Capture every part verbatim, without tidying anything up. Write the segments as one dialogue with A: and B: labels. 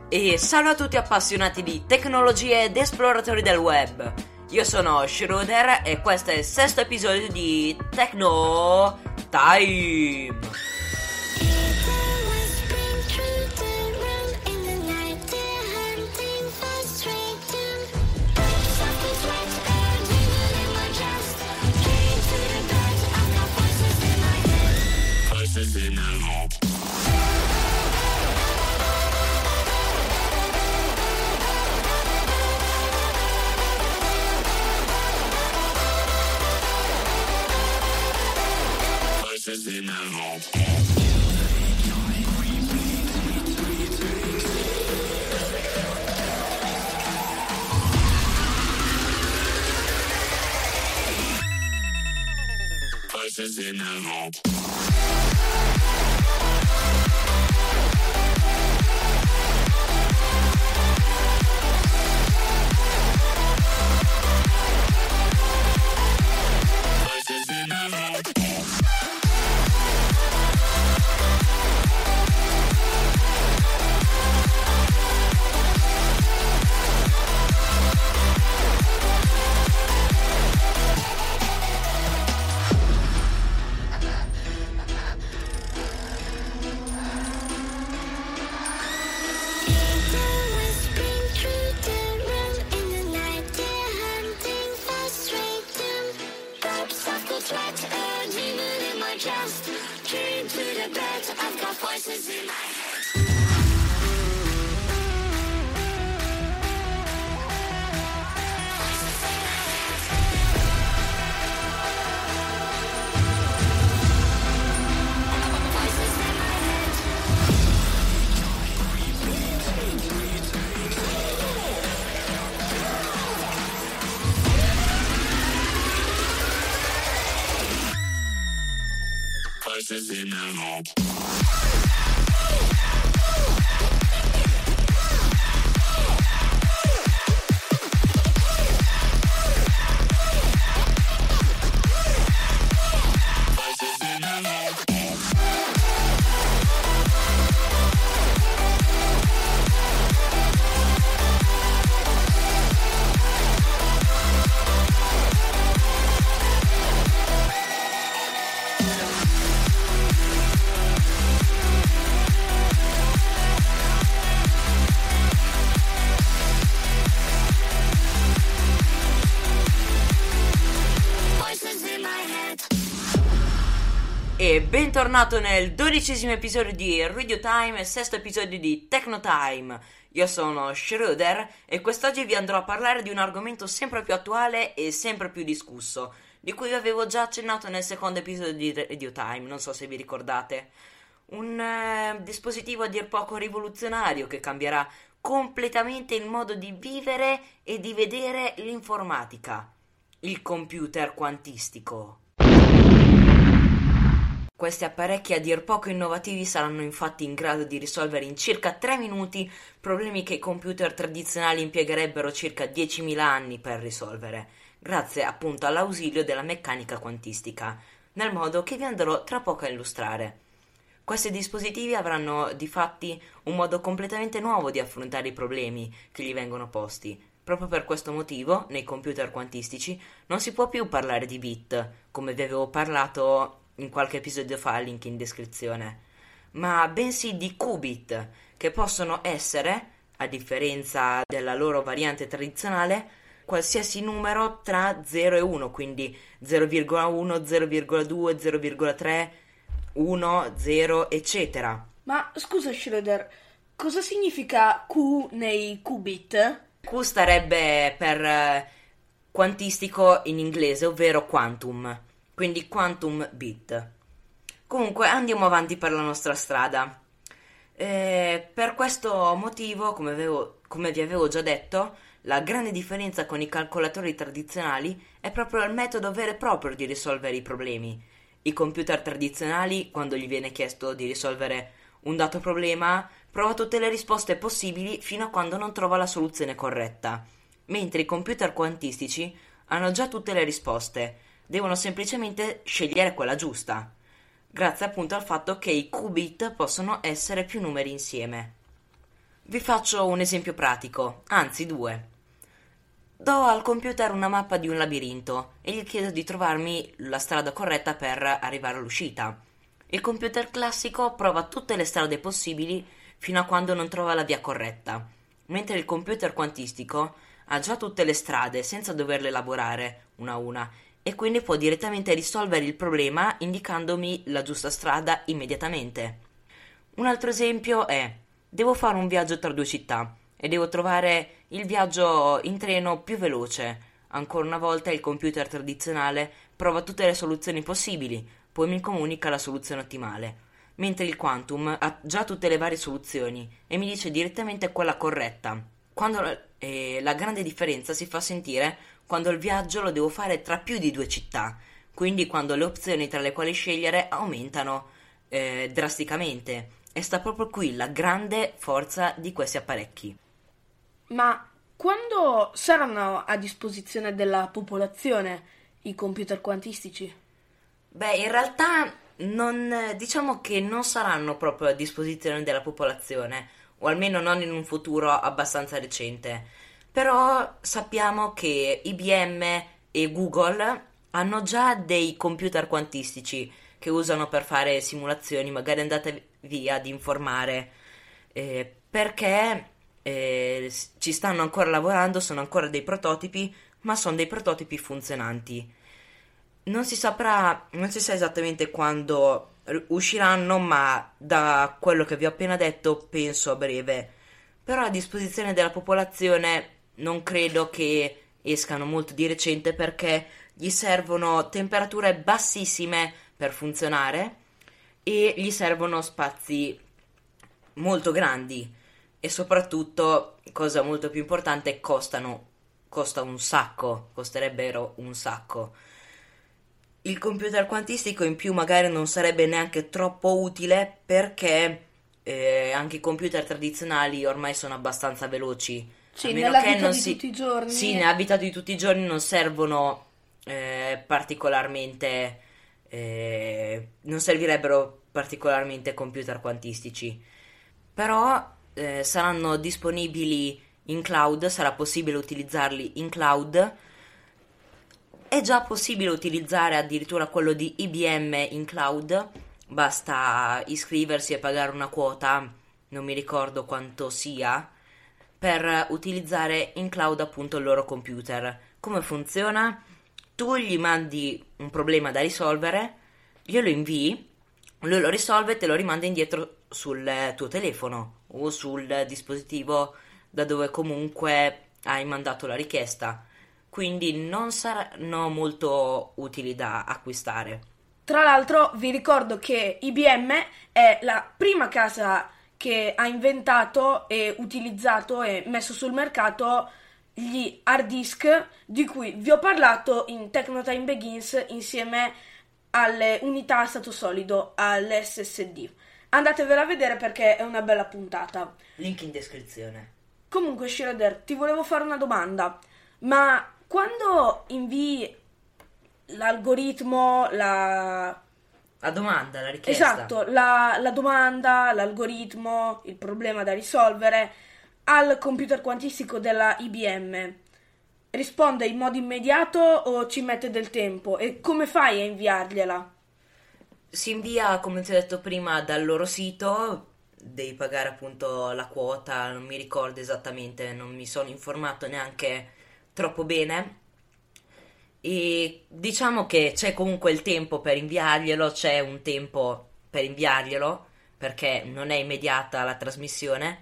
A: E salve a tutti appassionati di tecnologie ed esploratori del web. Io sono Schroeder e questo è il sesto episodio di Techno Time.
B: Voices in the room. Voices in the room.
A: E bentornato nel dodicesimo episodio di Radio Time e sesto episodio di Techno Time. Io sono Schroeder e quest'oggi vi andrò a parlare di un argomento sempre più attuale e sempre più discusso, di cui vi avevo già accennato nel secondo episodio di Radio Time, non so se vi ricordate. Un eh, dispositivo a dir poco rivoluzionario che cambierà completamente il modo di vivere e di vedere l'informatica. Il computer quantistico. Questi apparecchi a dir poco innovativi saranno infatti in grado di risolvere in circa tre minuti problemi che i computer tradizionali impiegherebbero circa diecimila anni per risolvere, grazie appunto all'ausilio della meccanica quantistica, nel modo che vi andrò tra poco a illustrare. Questi dispositivi avranno difatti un modo completamente nuovo di affrontare i problemi che gli vengono posti. Proprio per questo motivo, nei computer quantistici non si può più parlare di bit, come vi avevo parlato in qualche episodio fa, link in descrizione, ma bensì di qubit, che possono essere, a differenza della loro variante tradizionale, qualsiasi numero tra zero e uno, quindi zero virgola uno, zero virgola due, zero virgola tre, uno, zero, eccetera.
C: Ma scusa Schroeder, cosa significa Q nei qubit?
A: Q starebbe per eh, quantistico in inglese, ovvero quantum. Quindi quantum bit. Comunque andiamo avanti per la nostra strada. E per questo motivo, come, avevo, come vi avevo già detto, la grande differenza con i calcolatori tradizionali è proprio il metodo vero e proprio di risolvere i problemi. I computer tradizionali, quando gli viene chiesto di risolvere un dato problema, prova tutte le risposte possibili fino a quando non trova la soluzione corretta, mentre i computer quantistici hanno già tutte le risposte. Devono semplicemente scegliere quella giusta, grazie appunto al fatto che i qubit possono essere più numeri insieme. Vi faccio un esempio pratico, anzi due. Do al computer una mappa di un labirinto e gli chiedo di trovarmi la strada corretta per arrivare all'uscita. Il computer classico prova tutte le strade possibili fino a quando non trova la via corretta, mentre il computer quantistico ha già tutte le strade senza doverle elaborare una a una e quindi può direttamente risolvere il problema indicandomi la giusta strada immediatamente. Un altro esempio è: devo fare un viaggio tra due città e devo trovare il viaggio in treno più veloce. Ancora una volta il computer tradizionale prova tutte le soluzioni possibili, poi mi comunica la soluzione ottimale, mentre il Quantum ha già tutte le varie soluzioni e mi dice direttamente quella corretta. Quando la, eh, la grande differenza si fa sentire quando il viaggio lo devo fare tra più di due città, quindi quando le opzioni tra le quali scegliere aumentano eh, drasticamente. E sta proprio qui la grande forza di questi apparecchi.
C: Ma quando saranno a disposizione della popolazione i computer quantistici?
A: Beh, in realtà non, diciamo che non saranno proprio a disposizione della popolazione, o almeno non in un futuro abbastanza recente. Però sappiamo che I B M e Google hanno già dei computer quantistici che usano per fare simulazioni, magari andate via ad informare, eh, perché eh, ci stanno ancora lavorando, sono ancora dei prototipi, ma sono dei prototipi funzionanti. Non si saprà, non si sa esattamente quando usciranno, ma da quello che vi ho appena detto penso a breve. Però a disposizione della popolazione non credo che escano molto di recente, perché gli servono temperature bassissime per funzionare e gli servono spazi molto grandi e soprattutto, cosa molto più importante, costano costa un sacco, costerebbero un sacco. Il computer quantistico in più magari non sarebbe neanche troppo utile, perché eh, anche i computer tradizionali ormai sono abbastanza veloci.
C: Sì,
A: A meno
C: nella
A: che
C: vita
A: non
C: di
A: si...
C: tutti i giorni.
A: Sì, nell'abita di tutti i giorni non servono eh, particolarmente... eh, non servirebbero particolarmente computer quantistici. Però eh, saranno disponibili in cloud, sarà possibile utilizzarli in cloud. È già possibile utilizzare addirittura quello di I B M in cloud, basta iscriversi e pagare una quota, non mi ricordo quanto sia, per utilizzare in cloud appunto il loro computer. Come funziona? Tu gli mandi un problema da risolvere, glielo invii, lui lo risolve e te lo rimanda indietro sul tuo telefono o sul dispositivo da dove comunque hai mandato la richiesta. Quindi non saranno molto utili da acquistare.
C: Tra l'altro vi ricordo che I B M è la prima casa che ha inventato e utilizzato e messo sul mercato gli hard disk di cui vi ho parlato in Technotime Begins insieme alle unità a stato solido, all'S S D. Andatevela a vedere perché è una bella puntata.
A: Link in descrizione.
C: Comunque, Schroeder, ti volevo fare una domanda. Ma quando invii l'algoritmo, la...
A: La domanda, la richiesta.
C: Esatto, la, la domanda, l'algoritmo, il problema da risolvere al computer quantistico della I B M, risponde in modo immediato o ci mette del tempo? E come fai a inviargliela?
A: Si invia, come ti ho detto prima, dal loro sito, devi pagare appunto la quota, non mi ricordo esattamente, non mi sono informato neanche troppo bene. E diciamo che c'è comunque il tempo per inviarglielo, c'è un tempo per inviarglielo, perché non è immediata la trasmissione,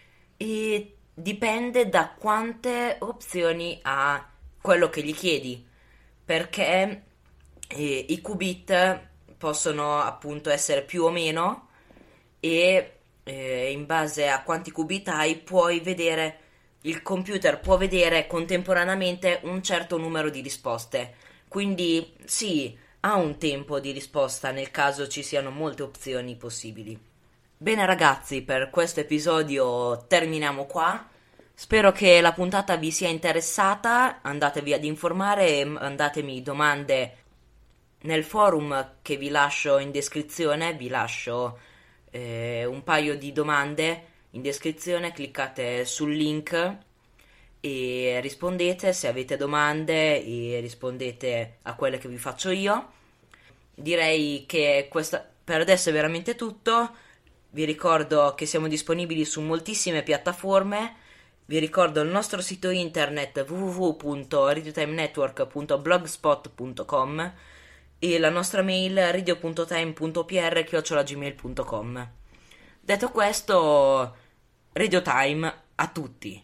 A: e dipende da quante opzioni ha quello che gli chiedi, perché eh, i qubit possono appunto essere più o meno, e eh, in base a quanti qubit hai puoi vedere, il computer può vedere contemporaneamente un certo numero di risposte. Quindi sì, ha un tempo di risposta nel caso ci siano molte opzioni possibili. Bene ragazzi, per questo episodio terminiamo qua. Spero che la puntata vi sia interessata, andatevi ad informare e mandatemi domande nel forum che vi lascio in descrizione, vi lascio eh, un paio di domande in descrizione, cliccate sul link e rispondete se avete domande e rispondete a quelle che vi faccio io. Direi che questa per adesso è veramente tutto. Vi ricordo che siamo disponibili su moltissime piattaforme. Vi ricordo il nostro sito internet w w w punto radiotimenetwork punto blogspot punto com e la nostra mail radio punto time punto p r chiocciola gmail punto com. Detto questo, Radio Time a tutti!